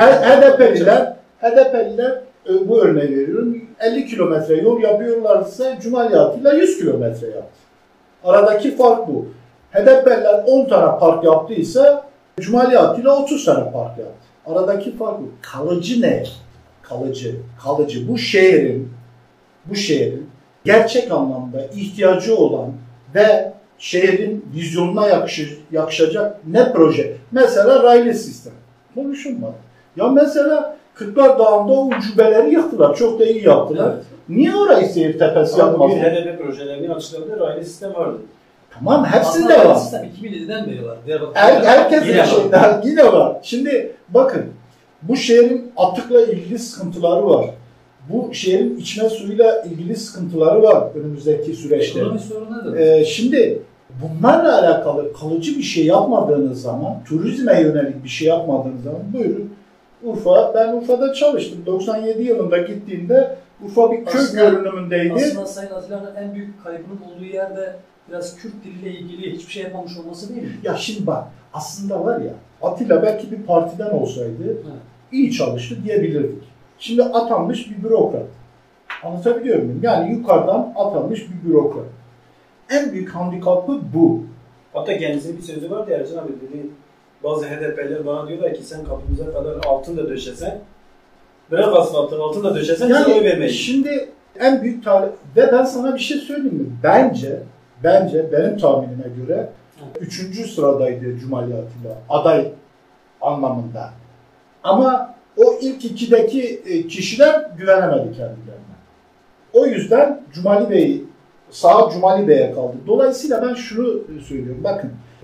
HDP'liler bu örneği veriyorum. 50 kilometre yol yapıyorlarsa Cumali Atilla 100 kilometre yaptı. Aradaki fark bu. HDP'liler 10 tane park yaptıysa Cumali Atilla 30 tane park yaptı. Aradaki fark bu. Kalıcı ne? Kalıcı. Bu şehrin gerçek anlamda ihtiyacı olan ve şehrin vizyonuna yakışacak ne proje? Mesela raylı sistem. Konuşulmadı. Ya mesela Kırklar Dağı'nda o ucubeleri yıktılar. Çok da iyi yaptılar. Evet. Niye orayı seyir tepesi yapmadılar? HDP projelerinin açıklarında raylı sistem vardı. Tamam, hepsinde var. Sistem 2007'den beri var. Herkesin yine var. Şimdi bakın, bu şehrin atıkla ilgili sıkıntıları var. Bu şehrin içme suyuyla ilgili sıkıntıları var önümüzdeki süreçte. Ekonomi sorunu nedir? Şimdi bunlarla alakalı kalıcı bir şey yapmadığınız zaman, turizme yönelik bir şey yapmadığınız zaman buyurun ben Urfa'da çalıştım. 97 yılında gittiğimde Urfa bir köy görünümündeydi. Aslında Sayın Atilla'nın en büyük kaybının olduğu yerde biraz Kürt diliyle ilgili hiçbir şey yapmamış olması değil mi? Ya şimdi bak, aslında var ya, Atilla belki bir partiden olsaydı iyi çalıştı diyebilirdik. Şimdi atanmış bir bürokrat. Anlatabiliyor muyum? Yani yukarıdan atanmış bir bürokrat. En büyük handikapı bu. Hatta kendisinin bir sözü vardı ya Ercan abi dedi. Bazı HDP'ler bana diyorlar ki sen kapımıza kadar altın da döşesen, bırak asfaltı altın da döşesen yani, sana oy vermeyiz. Şimdi en büyük ve ben sana bir şey söyleyeyim mi? Bence benim tahminime göre 3. sıradaydı Cumali Atilla aday anlamında. Ama o ilk 2'deki kişiler güvenemedi kendilerine. O yüzden Cumali Bey Cumali Bey'e kaldı. Dolayısıyla ben şunu söylüyorum. Bakın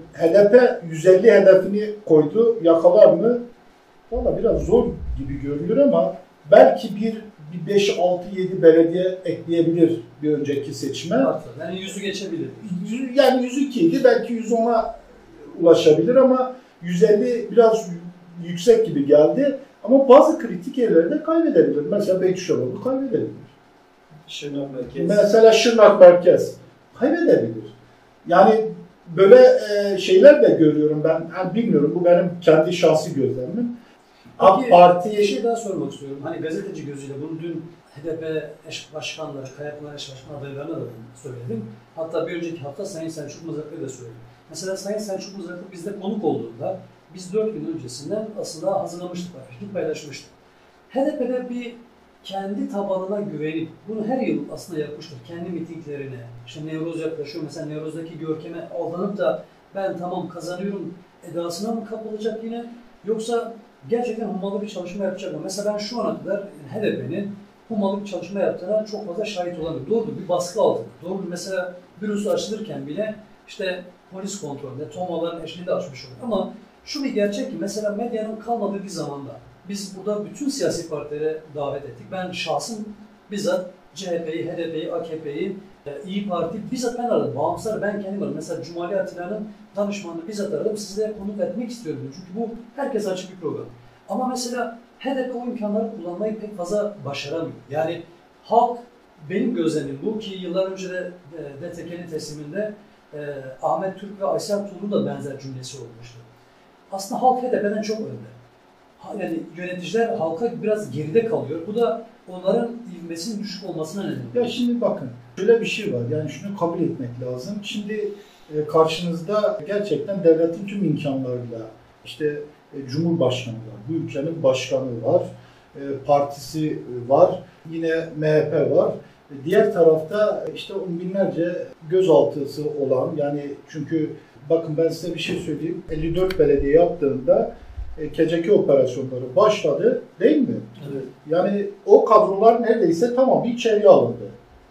HDP 150 hedefini koydu. Yakalar mı? Valla biraz zor gibi görünür ama belki bir 5, 6, 7 belediye ekleyebilir bir önceki seçime. Yani 100'ü geçebilir. Yani 102 idi, belki 110'a ulaşabilir ama 150 biraz yüksek gibi geldi. Ama bazı kritik yerleri de kaybedebilir. Mesela Beytüşoğlu kaybedebilir. Şırnak merkez. Mesela Şırnak merkez kaybedebilir. Yani böyle şeyler de görüyorum ben. Yani bilmiyorum, bu benim kendi şahsi gözlemim. AK Parti... Bir şey daha sormak istiyorum. Hani gazeteci gözüyle bunu dün HDP eş başkanları, Kayapınar eş başkan adaylarına da söyledim. Hatta bir önceki hafta Sayın Selçuk Mızraklı'ya da söyledim. Mesela Sayın Selçuk Mızraklı bizde konuk olduğunda biz 4 gün öncesinden aslında hazırlamıştık, fikir paylaşmıştık. HDP'de bir kendi tabanına güvenip, bunu her yıl aslında yapmıştır. Kendi mitinglerine, işte Nevruz yaklaşıyor, mesela Nevruz'daki görkeme aldanıp da ben tamam kazanıyorum edasına mı kapılacak yine? Yoksa gerçekten hummalı bir çalışma yapacak mı? Mesela ben şu ana kadar HDP'nin hummalı bir çalışma yaptığına çok fazla şahit olamıyorum. Doğrudur, bir baskı altında. Doğrudur, mesela bürosu açılırken bile işte polis kontrolünde, tomaların eşliğinde açmış olur. Ama şu bir gerçek ki mesela medyanın kalmadığı bir zamanda biz burada bütün siyasi partilere davet ettik. Ben şahsım bizzat CHP'yi, HDP'yi, AKP'yi, İYİ Parti bizzat ben aradım. Bağımsızları ben kendim aradım. Mesela Cumali Atilla'nın danışmanını bizzat aradım. Sizlere konuk etmek istiyorum. Çünkü bu herkes açık bir program. Ama mesela HDP o imkanları kullanmayı pek fazla başaramıyor. Yani halk, benim gözlemim bu ki yıllar önce de DTK'nin tesliminde Ahmet Türk ve Aysel Tuğlu'nun da benzer cümlesi olmuştu. Aslında halk HDP'den çok önde. Yani yöneticiler halka biraz geride kalıyor. Bu da onların ivmesinin düşük olmasına neden oluyor. Ya şimdi bakın, şöyle bir şey var. Yani şunu kabul etmek lazım. Şimdi karşınızda gerçekten devletin tüm imkanlarıyla işte Cumhurbaşkanı var, bu ülkenin başkanı var, partisi var, yine MHP var. Diğer tarafta işte on binlerce gözaltısı olan, yani çünkü bakın ben size bir şey söyleyeyim. 54 belediye yaptığında KCK operasyonları başladı değil mi? Evet. Yani o kadrolar neredeyse tamamı içeriye alındı.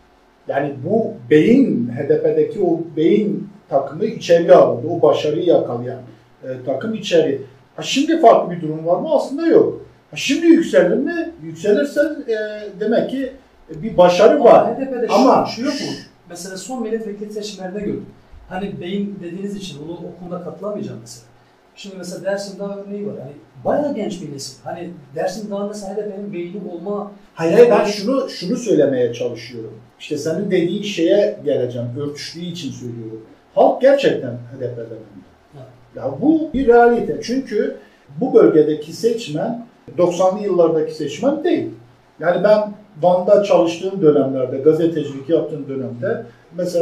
Yani bu beyin, HDP'deki o beyin takımı içeriye alındı. O başarıyı yakalayan takım içeri. Şimdi farklı bir durum var mı? Aslında yok. Şimdi yükselir mi? Yükselirse demek ki bir başarı var. HDP'de ama şu yok mu? Mesela son milletvekili seçimlerinde gördüm. Hani beyin dediğiniz için onu o konuda katılamayacağım mesela. Şimdi mesela Dersim Dağı örneği var. Hani bayağı genç bir nesil. Hani Dersim Dağı'nda mesela HDP'nin beyni olma... Hayır, ben şunu söylemeye çalışıyorum. İşte senin dediğin şeye geleceğim. Örtüştüğü için söylüyorum. Halk gerçekten HDP'den önde. Ya bu bir realite. Çünkü bu bölgedeki seçmen 90'lı yıllardaki seçmen değil. Yani ben Van'da çalıştığım dönemlerde, gazetecilik yaptığım dönemde mesela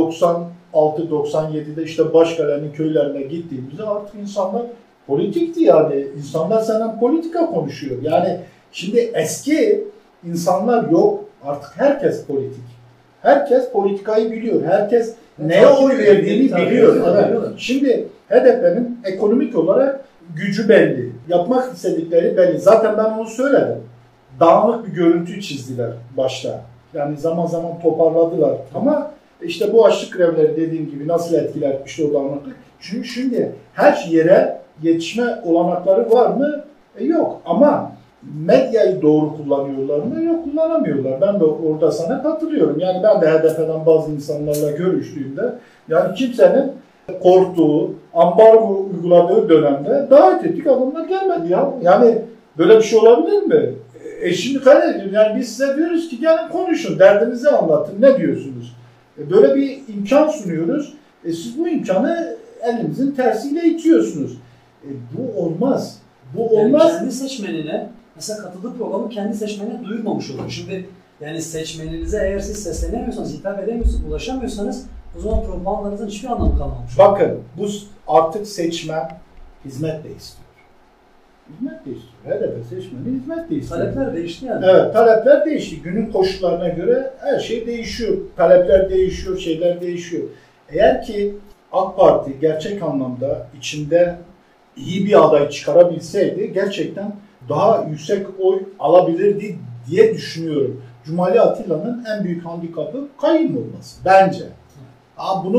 96-97'de işte Başkale'nin köylerine gittiğimizde artık insanlar politikti yani. İnsanlar senden politika konuşuyor. Yani şimdi eski insanlar yok. Artık herkes politik. Herkes politikayı biliyor. Herkes neye oy verdiğini biliyor. Evet. Şimdi HDP'nin ekonomik olarak gücü belli. Yapmak istedikleri belli. Zaten ben onu söyledim. Dağınık bir görüntü çizdiler başta. Yani zaman zaman toparladılar. Ama işte bu açlık grevleri dediğim gibi nasıl etkiler işte o dağınıklık. Çünkü şimdi her yere yetişme olanakları var mı? Yok. Ama medyayı doğru kullanıyorlar mı? Yok, kullanamıyorlar. Ben de orada sana katılıyorum. Yani ben de HDP'den bazı insanlarla görüştüğümde yani kimsenin korktuğu, ambargo uyguladığı dönemde davet ettik, adamlar gelmedi ya. Yani böyle bir şey olabilir mi? Şimdi kardeşim, yani biz size diyoruz ki gelin konuşun, derdinizi anlatın, ne diyorsunuz? Böyle bir imkan sunuyoruz. Siz bu imkanı elinizin tersiyle itiyorsunuz. Bu olmaz. Bu olmaz. Yani kendi seçmenine, mesela katıldığı programı kendi seçmenine duyurmamış olur. Şimdi yani seçmeninize eğer siz seslenemiyorsanız, hitap edemiyorsanız, ulaşamıyorsanız o zaman propagandanızın hiçbir anlamı kalmamış. Bakın, bu artık seçmen hizmet de istiyor. Hizmet de istiyor. HDP seçmeni hizmet de istiyor. Talepler değişti yani. Evet, talepler değişti. Günün koşullarına göre her şey değişiyor. Talepler değişiyor, şeyler değişiyor. Eğer ki AK Parti gerçek anlamda içinde iyi bir aday çıkarabilseydi gerçekten daha yüksek oy alabilirdi diye düşünüyorum. Cumali Atilla'nın en büyük handikapı kayyum olması bence. Bunu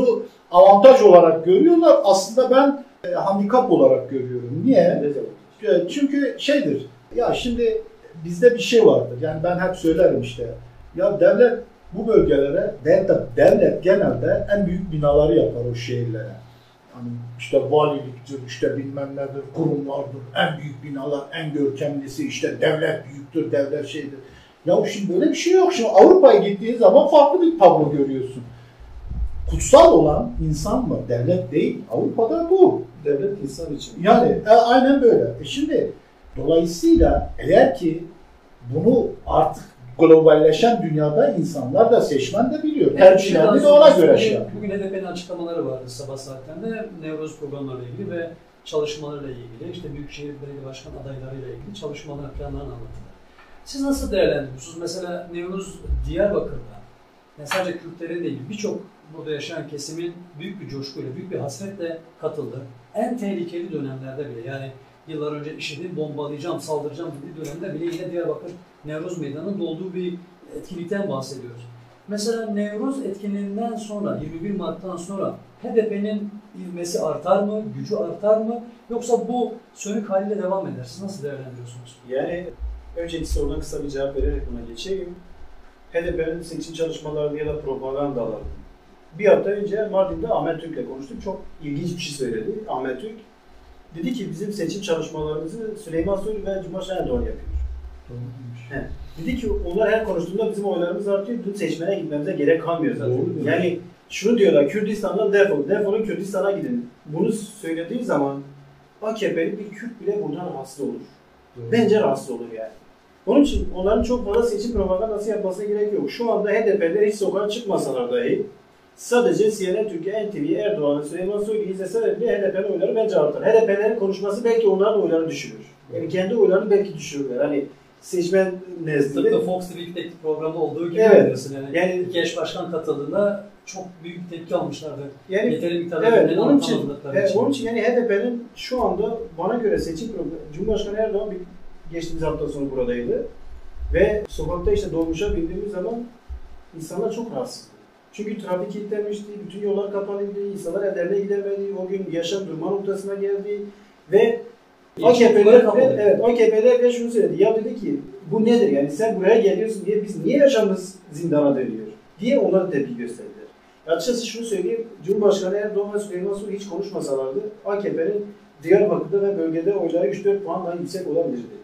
avantaj olarak görüyorlar. Aslında ben handikap olarak görüyorum. Niye? Çünkü şeydir. Ya şimdi bizde bir şey vardır. Yani ben hep söylerim işte. Ya devlet bu bölgelere, devlet genelde en büyük binaları yapar o şehirlere. Hani işte valiliktir, işte bilmem nedir, kurumlardır, en büyük binalar, en görkemlisi, işte devlet büyüktür, devlet şeydir. Ya şimdi böyle bir şey yok. Şimdi Avrupa'ya gittiğin zaman farklı bir tablo görüyorsun. Kutsal olan insan mı? Devlet değil. Avrupa'da bu. Devlet insan için. Yani aynen böyle. Şimdi dolayısıyla eğer ki bunu artık globalleşen dünyada insanlar da seçmen de biliyor. Tercihlerini de ona göre şey yapıyor. Bugün HDP'nin açıklamaları vardı sabah saatlerinde. Nevroz programlarıyla ilgili ve çalışmalarıyla ilgili, işte Büyükşehir Belediye Başkan adaylarıyla ilgili çalışmalar, planlarını anlattılar. Siz nasıl değerlendiriyorsunuz? Mesela Nevruz Diyarbakır'da, yani sadece Kürtlerin değil, birçok burada yaşayan kesimin büyük bir coşkuyla, büyük bir hasretle katıldı. En tehlikeli dönemlerde bile, yani yıllar önce IŞİD'i bombalayacağım, saldıracağım gibi dönemde bile yine Diyarbakır Nevruz Meydanı'nın dolduğu bir etkinlikten bahsediyoruz. Mesela Nevruz etkinliğinden sonra, 21 Mart'tan sonra HDP'nin ivmesi artar mı, gücü artar mı? Yoksa bu sönük haliyle devam eder? Siz nasıl değerlendiriyorsunuz? Yani önceki sorudan kısa bir cevap vererek buna geçeyim. HDP'nin seçim çalışmalarını ya da propagandalarını. Bir hafta önce Mardin'de Ahmet Türk'le konuştuk. Çok ilginç bir şey söyledi Ahmet Türk. Dedi ki bizim seçim çalışmalarımızı Süleyman Soylu ve Cumhurbaşkanı Erdoğan yapıyor. Dedi ki onlar her konuştuğunda bizim oylarımız artıyor. Bütün seçmene gitmemize gerek kalmıyor zaten. Yani şunu diyorlar, Kürdistan'dan defolun Kürdistan'a gidin. Bunu söylediği zaman AKP'li bir Kürt bile buradan rahatsız olur. Bence rahatsız olur yani. Onun için onların çok fazla seçim propagandası yapmasına gerek yok. Şu anda HDP'ler hiç sokağa çıkmasalar dahi sadece CNN Türkiye, NTV, Erdoğan'ı, Süleyman Soylu'yu izleseler bile HDP'nin oyları bence artar. HDP'lerin konuşması belki onların oylarını düşürür. Yani kendi oylarını belki düşürürler. Hani seçmen nezdinde. Tıpkı Fox TV'deki programda olduğu gibi diyorsun. Yani iki eş başkan katıldığında çok büyük tepki almışlardı. Yani yeteri miktarda onun için yani HDP'nin şu anda bana göre seçim programı, Cumhurbaşkanı Erdoğan geçtiğimiz hafta sonu buradaydı ve sokakta işte dolmuşa bindiğimiz zaman insanlar çok rahatsızdı. Çünkü trafik kilitlenmişti, bütün yollar kapalıydı, insanlar evlerine gidemedi, o gün yaşam durma noktasına geldi ve AKP'ler şunu söyledi, ya dedi ki bu nedir yani sen buraya geliyorsun diye biz niye yaşamımız zindana dönüyor diye onlara tepki gösterdiler. Açıkçası şunu söyleyeyim, Cumhurbaşkanı Erdoğan ve Süleyman Soylu hiç konuşmasalardı AKP'nin Diyarbakır'da ve bölgede oyları 3-4 puan daha yüksek olabilirdi.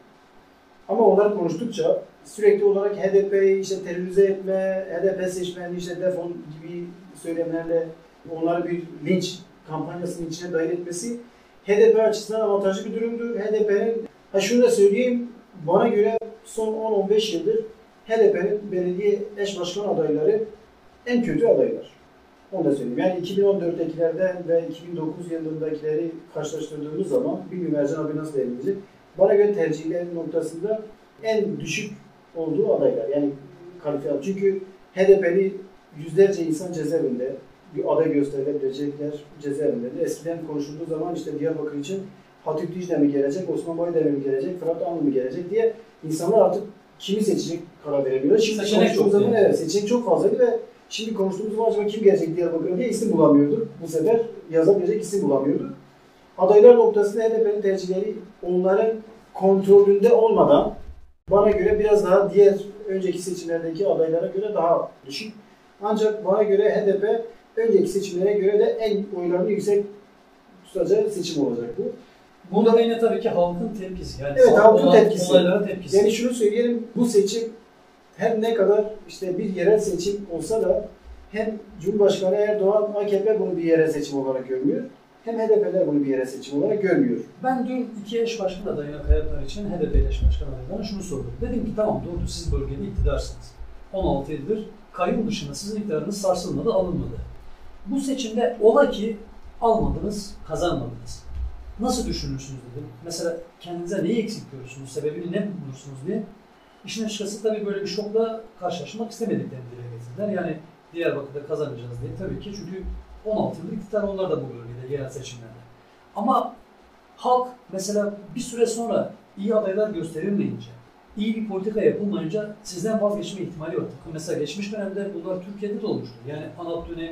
Ama onlar konuştukça sürekli olarak HDP'yi işte terörize etme, HDP seçmenliği işte defol gibi söylemlerle onları bir linç kampanyasının içine dahil etmesi HDP açısından avantajlı bir durumdu. HDP'nin, şunu da söyleyeyim, bana göre son 10-15 yıldır HDP'nin belediye eş başkan adayları en kötü adaylar. Onu da söyleyeyim. Yani 2014'tekilerden ve 2009 yılındakileri karşılaştırdığımız zaman bilmiyorum Ercan abi nasıl değerlendirecek. Bana göre tercihler noktasında en düşük olduğu adaylar. Yani kalifiye. Çünkü HDP'li yüzlerce insan cezaevinde, bir aday gösterilebilecekler cezaevinde. Eskiden konuşulduğu zaman işte Diyarbakır için Hatip Dicle mi gelecek, Osman Baydemir mi gelecek, Fırat Anlı mı gelecek diye insanlar artık kimi seçecek karar veremiyorlar. Şimdi konuştuğumuz zaman seçenek çok fazlaydı ve şimdi konuştuğumuz zaman acaba kim gelecek Diyarbakır'a diye isim bulamıyorduk. Bu sefer yazabilecek isim bulamıyorduk. Adaylar noktasında HDP'nin tercihleri onların kontrolünde olmadan bana göre biraz daha diğer önceki seçimlerdeki adaylara göre daha düşük. Ancak bana göre HDP önceki seçimlere göre de en oylarını yüksek tutacağı seçim olacak bu. Bunda da yine tabii ki halkın tepkisi. Yani evet, halkın tepkisi. Olaylara tepkisi. Yani şunu söyleyelim, bu seçim her ne kadar işte bir yerel seçim olsa da hem Cumhurbaşkanı Erdoğan, AKP bunu bir yerel seçim olarak görmüyor. Hem HDP'ler bunu bir yerel seçim olarak görmüyor. Ben dün iki eş başkan adayına kayıtlar için HDP eş başkan adaylarına şunu sordum. Dedim ki tamam doğru siz bölgede iktidarsınız. 16 yıldır kayyum dışında sizin iktidarınız sarsılmadı, alınmadı. Bu seçimde ola ki almadınız, kazanmadınız. Nasıl düşünürsünüz dedim. Mesela kendinize neyi eksik görürsünüz, sebebini ne bulursunuz diye. İşin açıkçası tabii böyle bir şokla karşılaşmak istemediklerini dile getirdiler. Yani Diyarbakır'da kazanacağız diye tabii ki çünkü 16 yıllık iktidar onlar da bu bölgede yerel seçimlerde. Ama halk mesela bir süre sonra iyi adaylar gösterilmeyince, iyi bir politika yapılmayınca sizden vazgeçme ihtimali var. Mesela geçmiş dönemde bunlar Türkiye'de de olmuştu. Yani ANAP dönemi,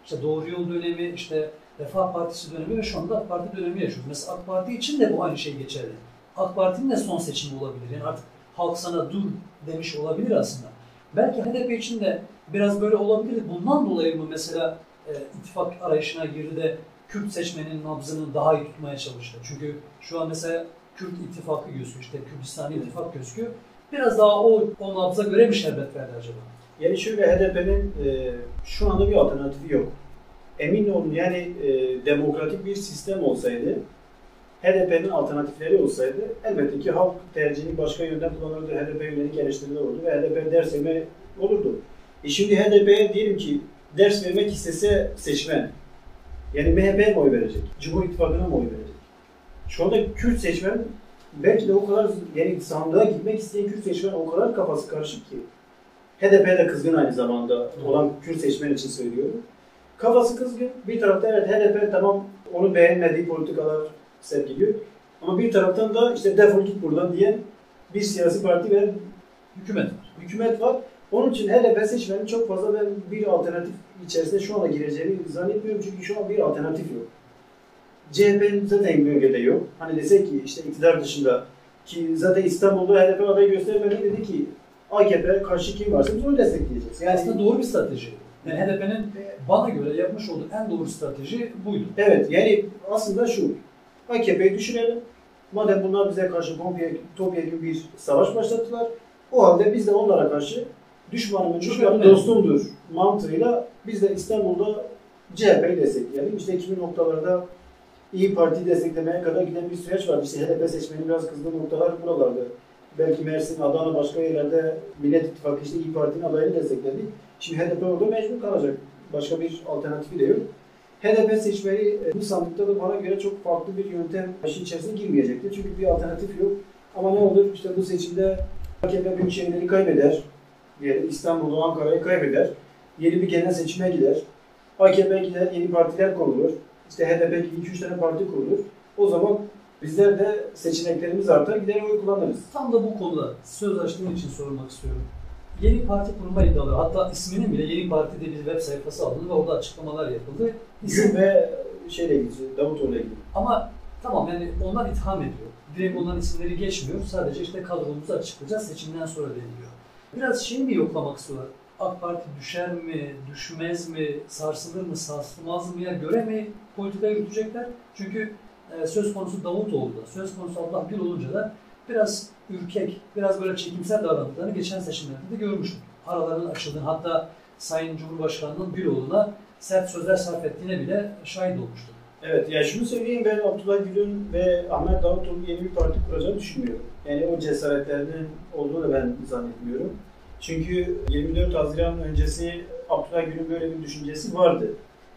işte Doğru Yol dönemi, işte Refah Partisi dönemi ve şu anda AK Parti dönemi yaşıyoruz. Mesela AK Parti için de bu aynı şey geçerli. AK Parti'nin de son seçimi olabilir. Yani artık halk sana dur demiş olabilir aslında. Belki HDP için de biraz böyle olabilir. Bundan dolayı mı mesela ittifak arayışına girdi de Kürt seçmenin nabzını daha iyi tutmaya çalıştı? Çünkü şu an mesela Kürt ittifakı gözüküyor, işte Kürdistan ittifak gözüküyor. Biraz daha o nabza göre mi şerbet verdi acaba? Yani şöyle, HDP'nin şu anda bir alternatifi yok. Emin olun yani demokratik bir sistem olsaydı, HDP'nin alternatifleri olsaydı elbette ki halk tercihini başka yönden kullanırdı, HDP yönelik eleştiriler olurdu ve HDP ders verme olurdu. Şimdi HDP'ye diyelim ki ders vermek istese seçmen, yani MHP'ye mi oy verecek, Cumhur İttifakı'na mı oy verecek? Şu anda Kürt seçmen belki de o kadar, yani sandığa gitmek isteyen Kürt seçmen o kadar kafası karışık ki. HDP'ye de kızgın aynı zamanda olan Kürt seçmen için söylüyorum. Kafası kızgın. Bir tarafta evet HDP tamam onu beğenmediği politikalar sergiliyor. Ama bir taraftan da işte defol git buradan diyen bir siyasi parti ve hükümet var. Onun için HDP seçmenin çok fazla ben bir alternatif içerisinde şu anda gireceğini zannetmiyorum. Çünkü şu an bir alternatif yok. CHP'nin zaten bölgede yok. Hani desek ki işte iktidar dışında ki zaten İstanbul'da HDP adayı göstermedi, dedi ki AKP karşı kim varsa biz onu destekleyeceğiz. Yani aslında doğru bir strateji. Yani HDP'nin bana göre yapmış olduğu en doğru strateji buydu. Evet, yani aslında şu, AKP'yi düşürelim. Madem bunlar bize karşı topyekun bir savaş başlattılar, o halde biz de onlara karşı düşmanımın dostumdur mantığıyla biz de İstanbul'da CHP'yi destekleyelim. İşte 2000 noktalarda İYİ Parti'yi desteklemeye kadar giden bir süreç vardı. İşte HDP seçmeni biraz kızdığı noktalar buralarda. Belki Mersin, Adana, başka yerlerde Millet İttifakı işte İYİ Parti'nin adayını destekledi. Şimdi HDP orada mecbur kalacak. Başka bir alternatifi de yok. HDP seçmeni bu sandıkta da bana göre çok farklı bir yöntem içerisine girmeyecektir. Çünkü bir alternatif yok. Ama ne olur? İşte bu seçimde AKP büyük şehirleri kaybeder. Diyelim İstanbul'u, Ankara'yı kaybeder. Yeni bir genel seçime gider. AKP gider, yeni partiler kurulur. İşte HDP gibi 2-3 tane parti kurulur. O zaman bizler de seçeneklerimiz artar, gider oy kullanırız. Tam da bu konuda söz açtığım için sormak istiyorum. Yeni parti kurma iddiaları, hatta isminin bile Yeni Parti diye bir web sayfası alındı ve orada açıklamalar yapıldı. Gül ve şeyle ilgili, Davutoğlu'yla ilgili. Ama tamam yani onlar itham ediyor. Direkt onların isimleri geçmiyor. Sadece işte kadromuzu açıklayacağız, seçimden sonra deniliyor. Biraz şey mi yoklamak istiyorlar? AK Parti düşer mi, düşmez mi, sarsılır mı, sarsılmaz mıya göre mi politika yürütecekler? Çünkü söz konusu Davutoğlu'da, söz konusu Abdullah Gül olunca da biraz ürkek, biraz böyle çekimsel davrandıklarını geçen seçimlerde de görmüştük. Aralarının açıldığını, hatta Sayın Cumhurbaşkanı'nın Güloğlu'na sert sözler sarf ettiğine bile şahit olmuştuk. Evet, ya şunu söyleyeyim, ben Abdullah Gül'ün ve Ahmet Davutoğlu'nun yeni bir parti kuracağını düşünmüyorum. Yani o cesaretlerinin olduğunu ben zannetmiyorum. Çünkü 24 Haziran öncesi Abdullah Gül'ün böyle bir düşüncesi vardı.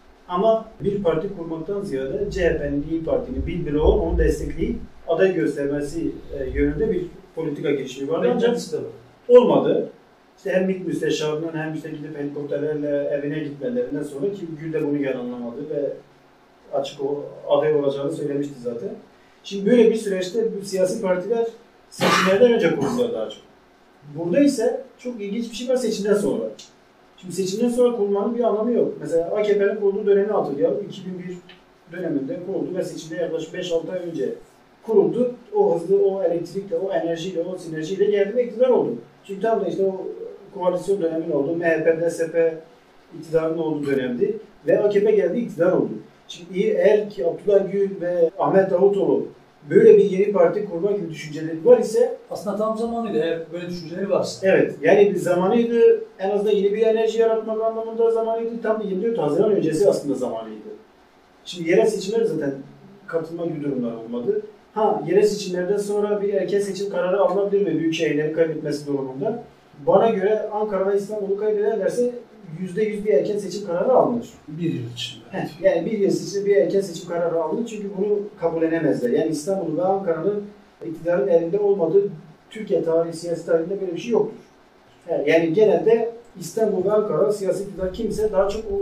Ama bir parti kurmaktan ziyade CHP'nin, İYİ Parti'nin bir bloğun onu destekleyip aday göstermesi yönünde bir politika girişimi vardı. Ancak olmadı. İşte hem MİT müsteşarının hem işte gidip helikopterlerle evine gitmelerinden sonra ki Gül de bunu yalanlamadı ve açık o aday olacağını söylemişti zaten. Şimdi böyle bir süreçte bu siyasi partiler seçimlerden önce kuruldular daha çok. Burada ise çok ilginç bir şey var seçimden sonra. Şimdi seçimden sonra kurulmanın bir anlamı yok. Mesela AKP'nin kurulduğu dönemi hatırlayalım. 2001 döneminde kuruldu ve seçimde yaklaşık 5-6 ay önce kuruldu. O hızlı, o elektrikle, o enerjiyle, o sinerjiyle geldi ve iktidar oldu. Çünkü tam da işte o koalisyon dönemin olduğu, MHP, DSP iktidarının olduğu dönemdi ve AKP geldi, iktidar oldu. Şimdi eğer ki Abdullah Gül ve Ahmet Davutoğlu böyle bir yeni parti kurma gibi düşünceleri var ise aslında tam zamanıydı eğer böyle düşünceleri varsa. Evet, yani bir zamanıydı, en azından yeni bir enerji yaratmak anlamında zamanıydı. Tam da 24 Haziran öncesi aslında zamanıydı. Şimdi yerel seçimler zaten katılma gibi durumlar olmadı. Yerel seçimlerden sonra bir erken seçim kararı alınabilir mi büyük şehirleri kaybetmesi durumunda? Bana göre Ankara ve İstanbul'u kaybederlerse %100 bir erken seçim kararı alınır. Bir yıl içinde. Yani bir yıl içinde bir erken seçim kararı alınır çünkü bunu kabullenemezler. Yani İstanbul ve Ankara'nın iktidarın elinde olmadığı Türkiye tarihi, siyasi tarihinde böyle bir şey yoktur. Yani genelde İstanbul ve Ankara siyasi iktidar kimse daha çok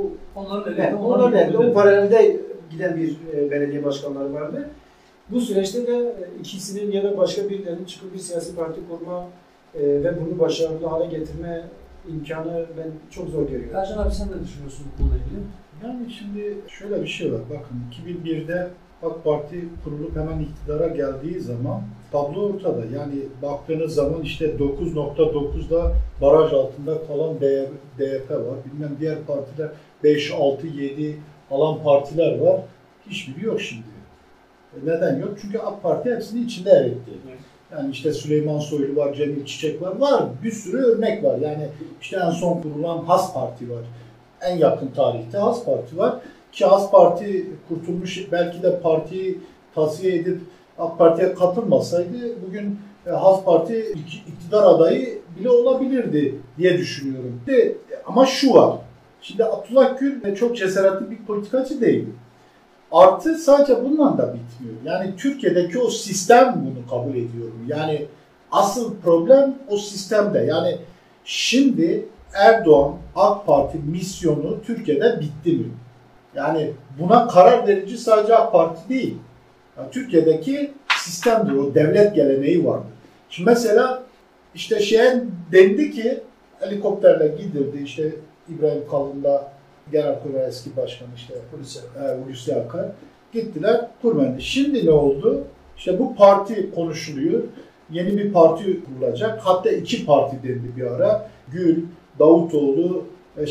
onların elinde o paralelde giden bir belediye başkanları vardı. Bu süreçte de ikisinin ya da başka birilerinin çıkıp bir siyasi parti kurma ve bunu başarılı hale getirme imkanı ben çok zor görüyorum. Ercan abi sen ne düşünüyorsun bu konuyla ilgili? Yani şimdi şöyle bir şey var. Bakın 2001'de AK Parti kurulup hemen iktidara geldiği zaman tablo ortada. Yani baktığınız zaman işte 9.9'da baraj altında kalan DYP var. Bilmem diğer partiler 5, 6, 7 alan partiler var. Hiçbiri yok şimdi. Neden yok? Çünkü AK Parti hepsini içinde eritti. Yani işte Süleyman Soylu var, Cemil Çiçek var. Bir sürü örnek var. Yani işte en son kurulan Has Parti var. En yakın tarihte Has Parti var. Ki Has Parti kurtulmuş, belki de partiyi tavsiye edip AK Parti'ye katılmasaydı bugün Has Parti iktidar adayı bile olabilirdi diye düşünüyorum. Ama şu var. Şimdi Abdullah Gül çok cesaretli bir politikacı değil. Artı sadece bununla da bitmiyor. Yani Türkiye'deki o sistem bunu kabul ediyorum. Yani asıl problem o sistemde. Yani şimdi Erdoğan AK Parti misyonu Türkiye'de bitti mi? Yani buna karar verici sadece AK Parti değil. Yani Türkiye'deki sistemdir, o devlet geleneği vardır. Şimdi mesela işte dendi ki helikopterle gidildi işte İbrahim Kalın'la Genelkurmay eski başkanı işte Hulusi Akar gittiler kurmadı. Şimdi ne oldu? İşte bu parti konuşuluyor. Yeni bir parti kurulacak. Hatta 2 parti dendi bir ara. Gül, Davutoğlu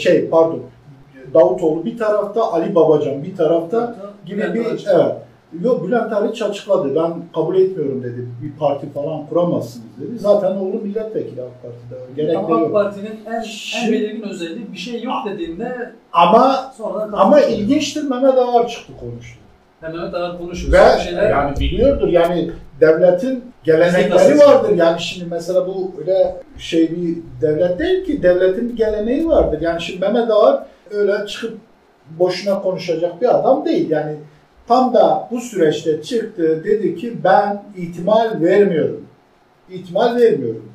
Davutoğlu bir tarafta, Ali Babacan bir tarafta gibi bir evet. Yok, Bülent Arınç açıkladı. Ben kabul etmiyorum dedi. Bir parti falan kuramazsınız dedi. Zaten oğlu milletvekili AK Parti'de. Gerek ama AK Parti'nin en belirgin özelliği bir şey yok dediğinde ama ilginçtir, Mehmet Ağar çıktı konuştu. Mehmet Ağar konuşuyor. Ve yani biliyordur yani devletin gelenekleri vardır. Yani şimdi mesela bu öyle bir devlet değil ki, devletin bir geleneği vardır. Yani şimdi Mehmet Ağar öyle çıkıp boşuna konuşacak bir adam değil. Yani tam da bu süreçte çıktı, dedi ki ben ihtimal vermiyorum. İhtimal vermiyorum.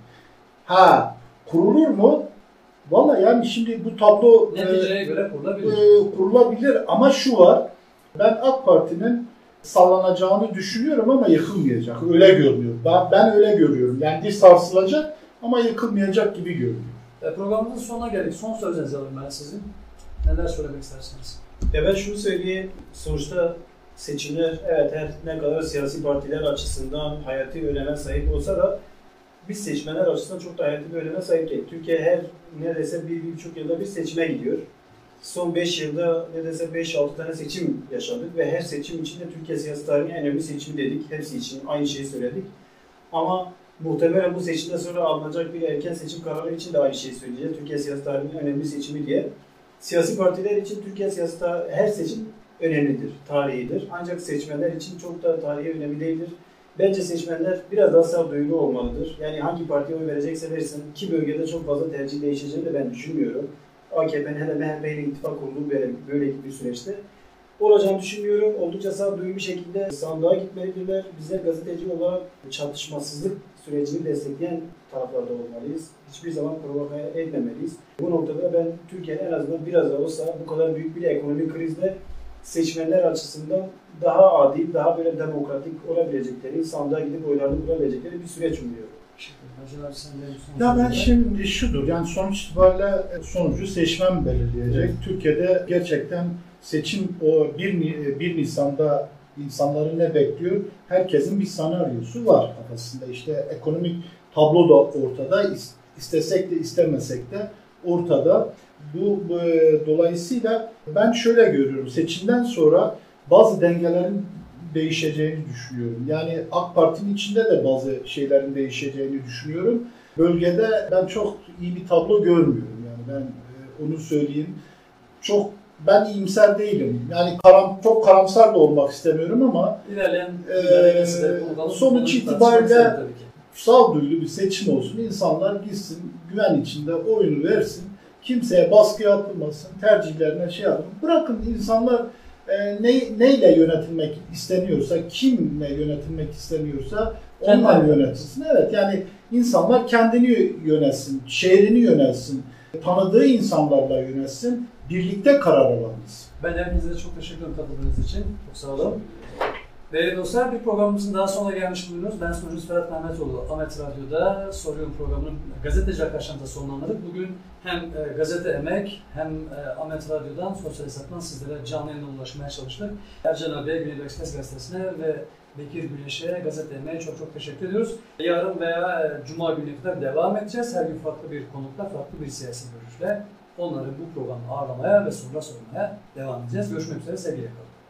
Kurulur mu? Vallahi yani şimdi bu tablo neticeye göre kurulabilir ama şu var. Ben AK Parti'nin sallanacağını düşünüyorum ama yıkılmayacak. Öyle görünüyor. Ben öyle görüyorum. Yani sarsılacak ama yıkılmayacak gibi görünüyor. Programımızın sonuna geldik. Son sözlerinizi alayım ben sizin. Neler söylemek istersiniz? Ben şunu söyleyeyim. Sonuçta seçimler her ne kadar siyasi partiler açısından hayati öneme sahip olsa da biz seçmenler açısından çok da hayati bir öneme sahip değil. Türkiye neredeyse 1,5 yılda bir seçime gidiyor. Son 5 yılda neredeyse 5-6 tane seçim yaşadık ve her seçim içinde Türkiye siyasi tarihinin en önemli seçimi dedik. Hepsi için aynı şeyi söyledik. Ama muhtemelen bu seçimden sonra alınacak bir erken seçim kararı için de aynı şeyi söyleyeceğiz. Türkiye siyasi tarihinin en önemli seçimi diye. Siyasi partiler için Türkiye siyasi her seçim önemlidir, tarihidir. Ancak seçmenler için çok da tarihi önemli değildir. Bence seçmenler biraz daha sağduyulu olmalıdır. Yani hangi partiye oy verecekse versin, ki bölgede çok fazla tercih değişeceğini de ben düşünmüyorum. AKP'nin hele MHP ile ittifak kurduğu böyle bir süreçte olacağını düşünmüyorum. Oldukça sağduyulu bir şekilde sandığa gitmelidirler. Bizler gazeteci olarak çatışmasızlık sürecini destekleyen taraflarda olmalıyız. Hiçbir zaman provoka etmemeliyiz. Bu noktada ben Türkiye'nin en azından biraz da olsa bu kadar büyük bir ekonomik krizde seçmenler açısından daha adil, daha böyle demokratik olabilecekleri, sandığa gidip oylarını bulabilecekleri bir süreç umuyorum. Ya ben şimdi şudur, yani sonuç itibariyle sonucu seçmen belirleyecek. Evet. Türkiye'de gerçekten seçim o 1 Nisan'da insanları ne bekliyor? Herkesin bir senaryosu var kafasında. İşte ekonomik tablo da ortada. İstesek de istemesek de ortada. Dolayısıyla ben şöyle görüyorum. Seçimden sonra bazı dengelerin değişeceğini düşünüyorum. Yani AK Parti'nin içinde de bazı şeylerin değişeceğini düşünüyorum. Bölgede ben çok iyi bir tablo görmüyorum. Yani ben onu söyleyeyim. Ben iyimser değilim. Yani çok karamsar da olmak istemiyorum ama sonuç itibariyle sağduyulu bir seçim olsun. İnsanlar gitsin, güven içinde oyunu versin. Kimseye baskı yapılmasın, tercihlerine yapın. Bırakın insanlar neyle yönetilmek isteniyorsa, kimle yönetilmek isteniyorsa onlar yönetilsin. Evet, yani insanlar kendini yönetsin, şehrini yönetsin, tanıdığı insanlarla yönetsin, birlikte karar alamayız. Ben herkese çok teşekkür ederim katıldığınız için. Çok sağ olun. Değerli dostlar, bir programımızın daha sonuna gelmiş bulunuyoruz. Ben sunucunuz Ferhat Mehmetoğlu. Ahmet Radyo'da Soruyorum programının gazeteci arkadaşlarımıza sonlandırdık. Bugün hem Gazete Emek hem Ahmet Radyo'dan sosyal hesaptan sizlere canlı yayına ulaşmaya çalıştık. Ercan abiye, Güneydoğu Ekspres Gazetesi'ne ve Bekir Güneş'e, Gazete Emeğe çok teşekkür ediyoruz. Yarın veya Cuma gününe kadar devam edeceğiz. Her gün farklı bir konukla, farklı bir siyasi görüşle onları bu programda ağırlamaya ve sorular sormaya devam edeceğiz. Görüşmek üzere, sevgiyle kalın.